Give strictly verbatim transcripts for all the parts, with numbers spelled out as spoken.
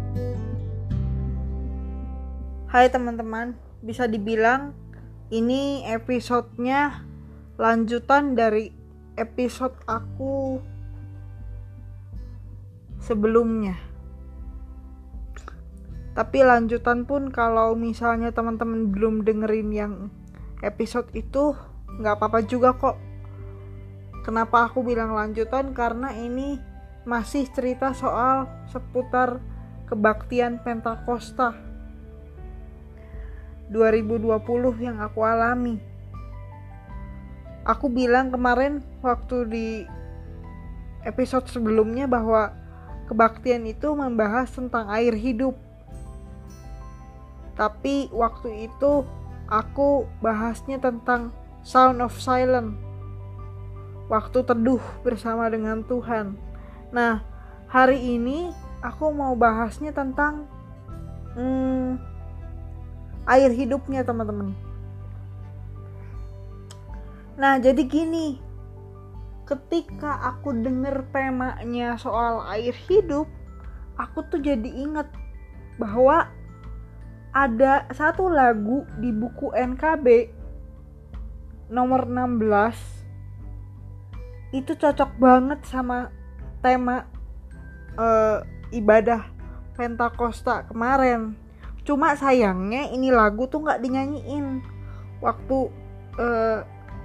Hai teman-teman, bisa dibilang ini episodenya lanjutan dari episode aku sebelumnya. Tapi lanjutan pun kalau misalnya teman-teman belum dengerin yang episode itu, gak apa-apa juga kok. Kenapa aku bilang lanjutan? Karena ini masih cerita soal seputar kebaktian Pentakosta dua ribu dua puluh yang aku alami. Aku bilang kemarin waktu di episode sebelumnya bahwa kebaktian itu membahas tentang air hidup. Tapi waktu itu aku bahasnya tentang Sound of Silence, waktu teduh bersama dengan Tuhan. Nah, hari ini aku mau bahasnya tentang hmm, air hidupnya teman-teman. Nah, jadi gini, ketika aku denger temanya soal air hidup, aku tuh jadi inget bahwa ada satu lagu di buku N K B nomor enam belas, itu cocok banget sama tema uh, ibadah Pentakosta kemarin. Cuma sayangnya ini lagu tuh gak dinyanyiin waktu uh,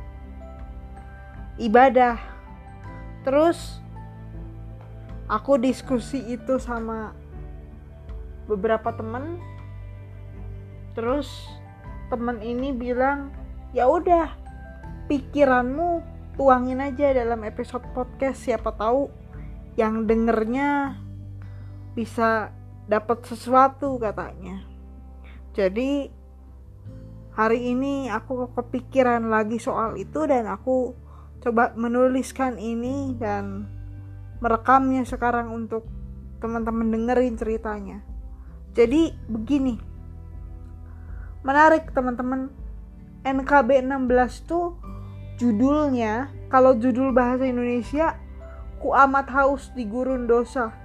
ibadah. Terus aku diskusi itu sama beberapa teman. Terus teman ini bilang, ya udah pikiranmu tuangin aja dalam episode podcast, siapa tahu yang dengernya bisa dapat sesuatu katanya. Jadi hari ini aku kepikiran lagi soal itu dan aku coba menuliskan ini dan merekamnya sekarang untuk teman-teman dengerin ceritanya. Jadi begini, menarik teman-teman, N K B enam belas tuh judulnya, kalau judul bahasa Indonesia, Ku Amat Haus di Gurun Dosa.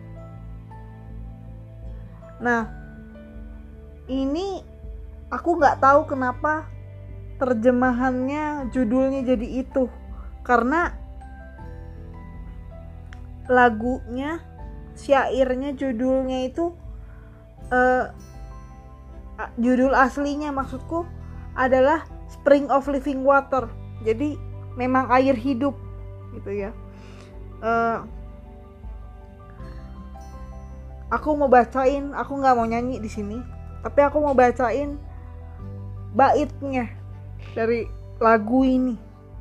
Nah, ini aku gak tahu kenapa terjemahannya judulnya jadi itu. Karena lagunya, syairnya, judulnya itu uh, judul aslinya maksudku adalah Spring of Living Water. Jadi memang air hidup gitu ya. Uh, aku mau bacain, aku nggak mau nyanyi di sini, tapi aku mau bacain baitnya dari lagu ini.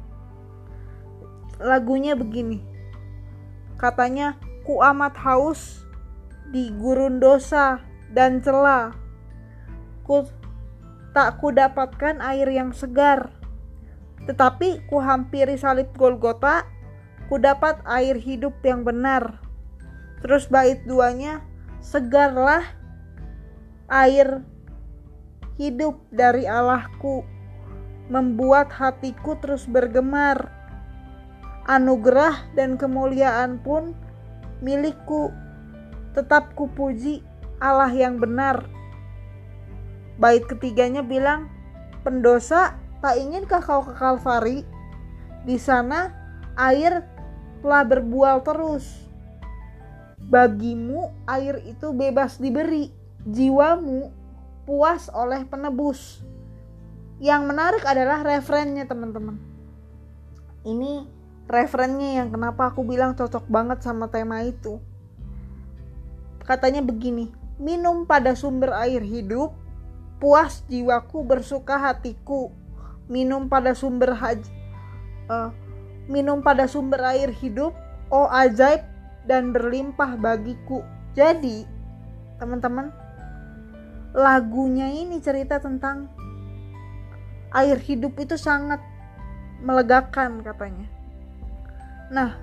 Lagunya begini, katanya, ku amat haus di gurun dosa dan celah, ku tak ku dapatkan air yang segar, tetapi ku hampiri salib Golgota, ku dapat air hidup yang benar. Terus bait duanya, segarlah air hidup dari Allahku, membuat hatiku terus bergemar. Anugerah dan kemuliaan pun milikku, tetap kupuji Allah yang benar. Bait ketiganya bilang, pendosa, tak inginkah kau ke Kalvari? Di sana air telah berbual terus. Bagimu air itu bebas diberi, jiwamu puas oleh penebus. Yang menarik adalah refrennya teman-teman. Ini refrennya yang kenapa aku bilang cocok banget sama tema itu. Katanya begini, minum pada sumber air hidup, puas jiwaku, bersuka hatiku. Minum pada sumber haj, uh, minum pada sumber air hidup, oh ajaib dan berlimpah bagiku. Jadi teman-teman, lagunya ini cerita tentang air hidup itu sangat melegakan katanya. Nah,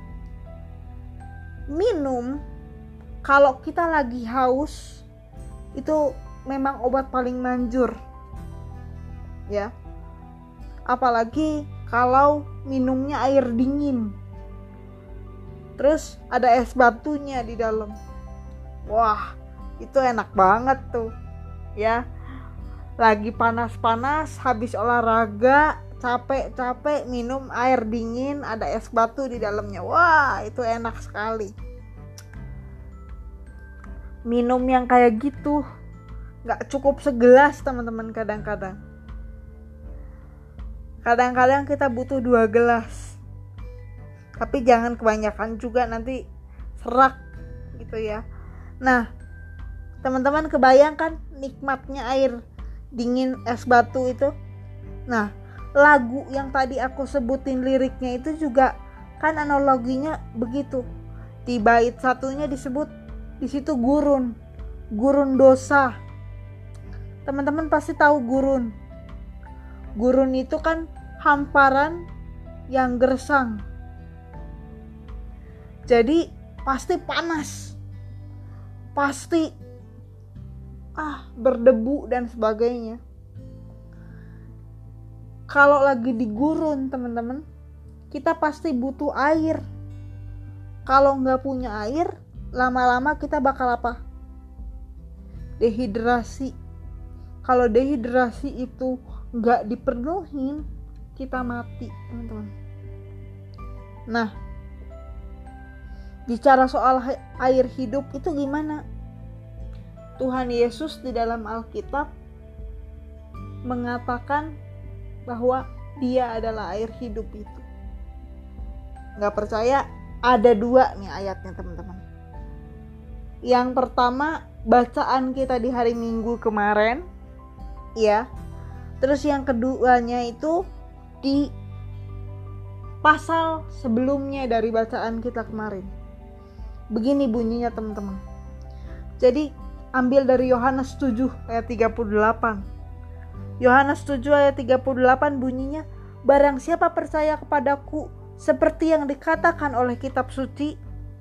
minum kalau kita lagi haus itu memang obat paling manjur, ya. Apalagi kalau minumnya air dingin, terus ada es batunya di dalam. Wah, Itu enak banget tuh ya. Lagi panas-panas, habis olahraga, capek-capek, minum air dingin, ada es batu di dalamnya. Wah, itu enak sekali. Minum yang kayak gitu gak cukup segelas teman-teman. Kadang-kadang Kadang-kadang kita butuh dua gelas. Tapi jangan kebanyakan juga, nanti serak gitu ya. Nah, teman-teman kebayangkan nikmatnya air dingin es batu itu. Nah, lagu yang tadi aku sebutin liriknya itu juga kan analoginya begitu. Di bait satunya disebut di situ gurun, gurun dosa. Teman-teman pasti tahu gurun. Gurun itu kan hamparan yang gersang. Jadi pasti panas. Pasti ah berdebu dan sebagainya. Kalau lagi di gurun teman-teman, kita pasti butuh air. Kalau nggak punya air, lama-lama kita bakal apa? Dehidrasi. Kalau dehidrasi itu nggak dipenuhin, kita mati teman-teman. Nah, bicara soal air hidup itu gimana? Tuhan Yesus di dalam Alkitab mengatakan bahwa Dia adalah air hidup itu. Gak percaya? Ada dua nih ayatnya teman-teman. Yang pertama bacaan kita di hari Minggu kemarin, ya. Terus yang keduanya itu di pasal sebelumnya dari bacaan kita kemarin. Begini bunyinya teman-teman. Jadi ambil dari Yohanes tujuh ayat tiga puluh delapan. Yohanes tujuh ayat tiga puluh delapan bunyinya, barang siapa percaya kepadaku seperti yang dikatakan oleh kitab suci,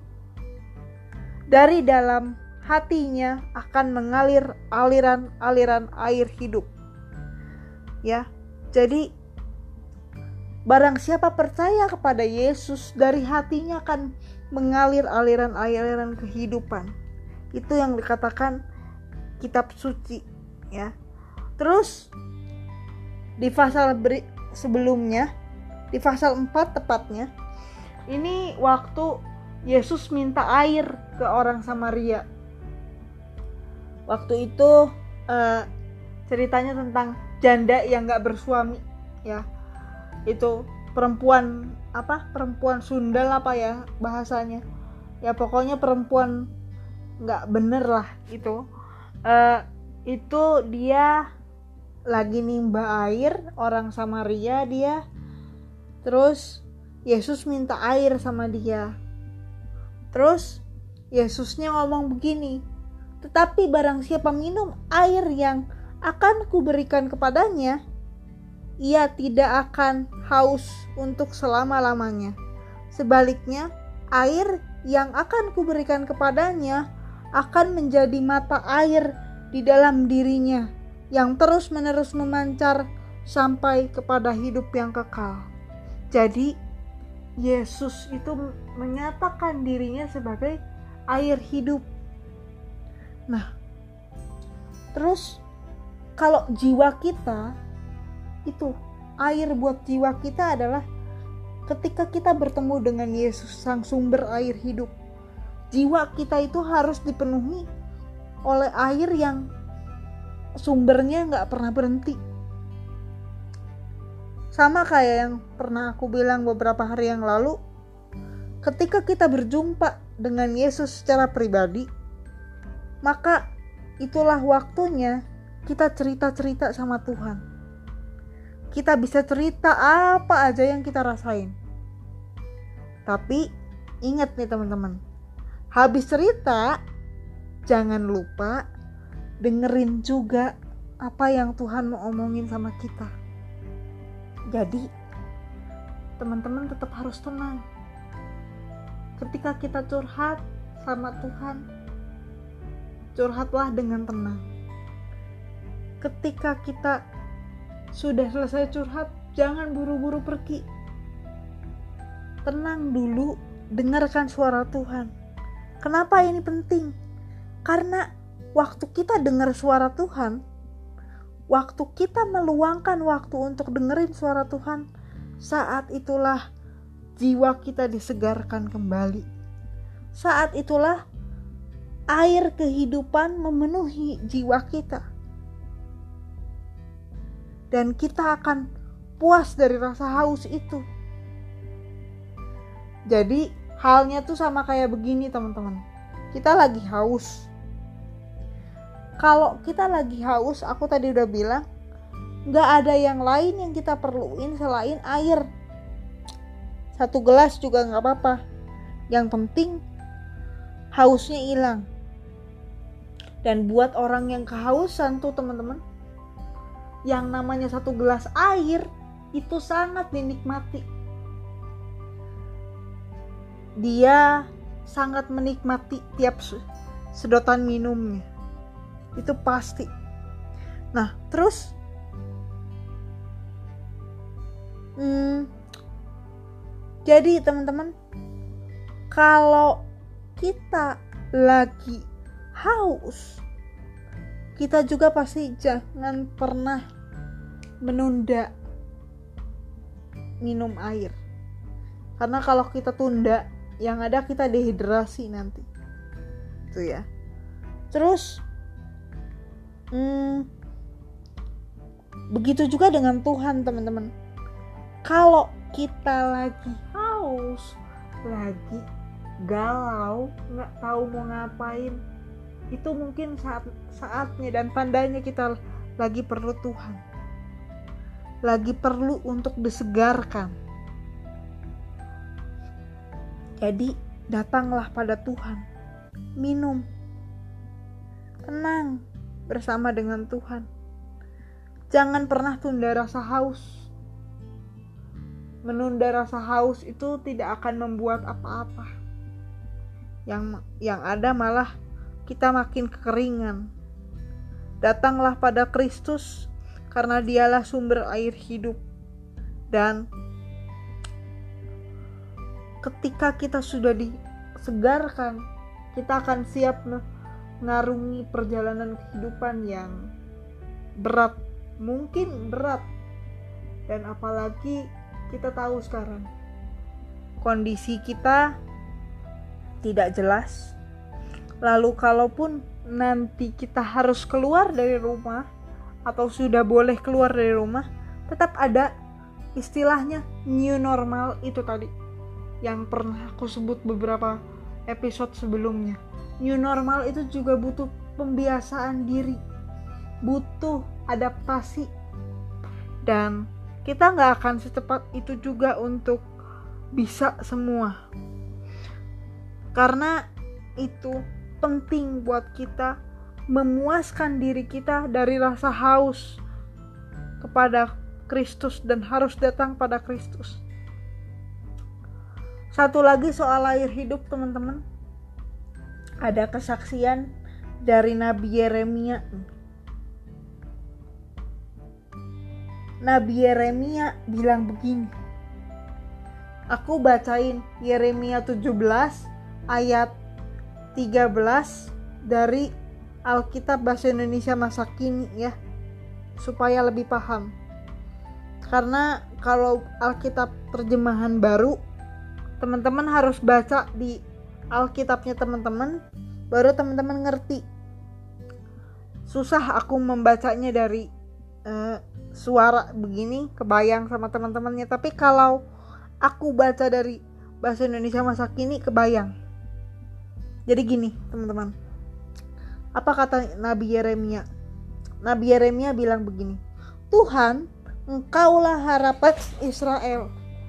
dari dalam hatinya akan mengalir aliran-aliran air hidup. Ya, jadi barang siapa percaya kepada Yesus, dari hatinya akan mengalir aliran-aliran kehidupan. Itu yang dikatakan kitab suci, ya. Terus di pasal beri, sebelumnya, di pasal empat tepatnya, ini waktu Yesus minta air ke orang Samaria. Waktu itu uh, ceritanya tentang janda yang gak bersuami, ya. Itu perempuan apa? Perempuan sundal apa ya bahasanya? Ya pokoknya perempuan gak bener lah itu. Uh, itu dia lagi nimba air, orang Samaria dia. Terus Yesus minta air sama dia. Terus Yesusnya ngomong begini, tetapi barang siapa minum air yang akan kuberikan kepadanya, ia tidak akan haus untuk selama-lamanya. Sebaliknya, air yang akan kuberikan kepadanya akan menjadi mata air di dalam dirinya, yang terus-menerus memancar sampai kepada hidup yang kekal. Jadi, Yesus itu menyatakan dirinya sebagai air hidup. Nah, terus kalau jiwa kita itu, air buat jiwa kita adalah ketika kita bertemu dengan Yesus, sang sumber air hidup. Jiwa kita itu harus dipenuhi oleh air yang sumbernya gak pernah berhenti. Sama kayak yang pernah aku bilang beberapa hari yang lalu, ketika kita berjumpa dengan Yesus secara pribadi, maka itulah waktunya kita cerita-cerita sama Tuhan. Kita bisa cerita apa aja yang kita rasain. Tapi ingat nih teman-teman, habis cerita jangan lupa dengerin juga apa yang Tuhan mau omongin sama kita. Jadi teman-teman tetap harus tenang. Ketika kita curhat sama Tuhan, curhatlah dengan tenang. Ketika kita sudah selesai curhat, jangan buru-buru pergi. Tenang dulu, dengarkan suara Tuhan. Kenapa ini penting? Karena waktu kita dengar suara Tuhan, waktu kita meluangkan waktu untuk dengerin suara Tuhan, saat itulah jiwa kita disegarkan kembali. Saat itulah air kehidupan memenuhi jiwa kita. Dan kita akan puas dari rasa haus itu. Jadi halnya tuh sama kayak begini teman-teman. Kita lagi haus. Kalau kita lagi haus, aku tadi udah bilang, gak ada yang lain yang kita perluin selain air. Satu gelas juga gak apa-apa. Yang penting hausnya hilang. Dan buat orang yang kehausan tuh teman-teman, yang namanya satu gelas air itu sangat dinikmati. Dia sangat menikmati tiap sedotan minumnya. Itu pasti. Nah, terus hmm, jadi teman-teman, kalau kita lagi haus, kita juga pasti jangan pernah menunda minum air. Karena kalau kita tunda, yang ada kita dehidrasi nanti. Itu ya. Terus hmm, begitu juga dengan Tuhan teman-teman. Kalau kita lagi haus, lagi galau, gak tahu mau ngapain, itu mungkin saat saatnya dan tandanya kita lagi perlu Tuhan, lagi perlu untuk disegarkan. Jadi datanglah pada Tuhan, minum, tenang bersama dengan Tuhan. Jangan pernah tunda rasa haus. Menunda rasa haus itu tidak akan membuat apa-apa. Yang yang ada malah kita makin kekeringan. Datanglah pada Kristus karena Dialah sumber air hidup. Dan ketika kita sudah disegarkan, kita akan siap mengarungi perjalanan kehidupan yang berat, mungkin berat. Dan apalagi kita tahu sekarang kondisi kita tidak jelas. Lalu kalaupun nanti kita harus keluar dari rumah atau sudah boleh keluar dari rumah, tetap ada istilahnya new normal itu tadi yang pernah aku sebut beberapa episode sebelumnya. New normal itu juga butuh pembiasaan diri, butuh adaptasi, dan kita gak akan secepat itu juga untuk bisa semua. Karena itu penting buat kita memuaskan diri kita dari rasa haus kepada Kristus dan harus datang pada Kristus. Satu lagi soal air hidup teman-teman. Ada kesaksian dari Nabi Yeremia. Nabi Yeremia bilang begini. Aku bacain Yeremia tujuh belas ayat tiga belas dari Alkitab Bahasa Indonesia Masa Kini ya, supaya lebih paham. Karena kalau Alkitab terjemahan baru, teman-teman harus baca di Alkitabnya teman-teman, baru teman-teman ngerti. Susah aku membacanya dari uh, suara begini, kebayang sama teman-temannya. Tapi kalau aku baca dari Bahasa Indonesia Masa Kini, kebayang. Jadi gini teman-teman, apa kata Nabi Yeremia? Nabi Yeremia bilang begini, Tuhan, Engkaulah harapan Israel.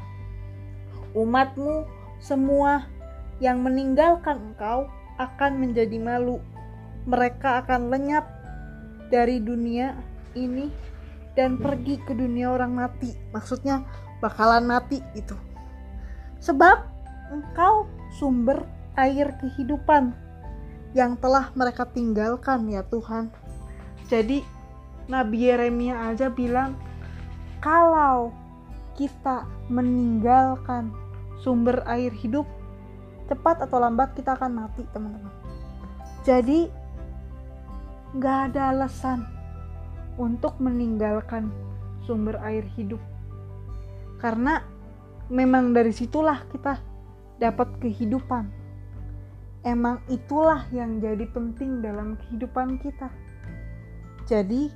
Umatmu semua yang meninggalkan Engkau akan menjadi malu. Mereka akan lenyap dari dunia ini dan pergi ke dunia orang mati. Maksudnya bakalan mati itu. Sebab Engkau sumber air kehidupan yang telah mereka tinggalkan ya Tuhan. Jadi Nabi Yeremia aja bilang, kalau kita meninggalkan sumber air hidup, cepat atau lambat kita akan mati teman-teman. Jadi gak ada alasan untuk meninggalkan sumber air hidup. Karena memang dari situlah kita dapat kehidupan. Emang itulah yang jadi penting dalam kehidupan kita. Jadi,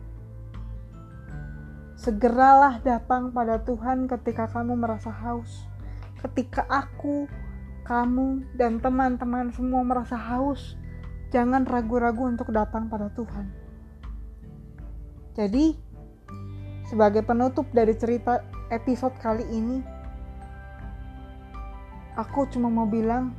segeralah datang pada Tuhan ketika kamu merasa haus. Ketika aku, kamu, dan teman-teman semua merasa haus, jangan ragu-ragu untuk datang pada Tuhan. Jadi, sebagai penutup dari cerita episode kali ini, aku cuma mau bilang,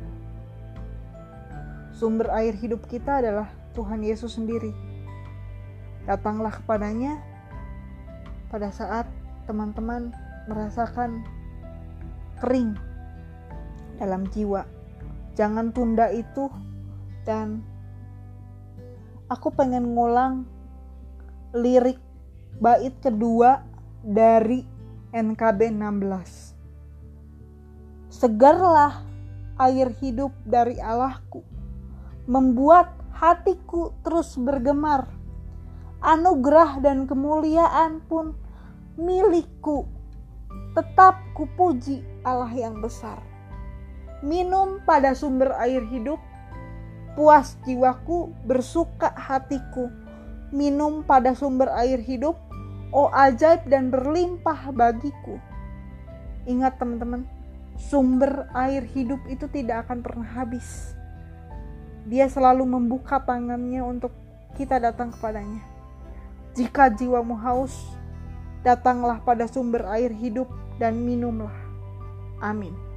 sumber air hidup kita adalah Tuhan Yesus sendiri. Datanglah kepadanya pada saat teman-teman merasakan kering dalam jiwa. Jangan tunda itu. Dan aku pengen ngulang lirik bait kedua dari N K B enam belas. Segarlah air hidup dari Allahku, membuat hatiku terus bergemar. Anugerah dan kemuliaan pun milikku, tetap kupuji Allah yang besar. Minum pada sumber air hidup, puas jiwaku, bersuka hatiku. Minum pada sumber air hidup, oh ajaib dan berlimpah bagiku. Ingat teman-teman, sumber air hidup itu tidak akan pernah habis. Dia selalu membuka tangannya untuk kita datang kepadanya. Jika jiwamu haus, datanglah pada sumber air hidup dan minumlah. Amin.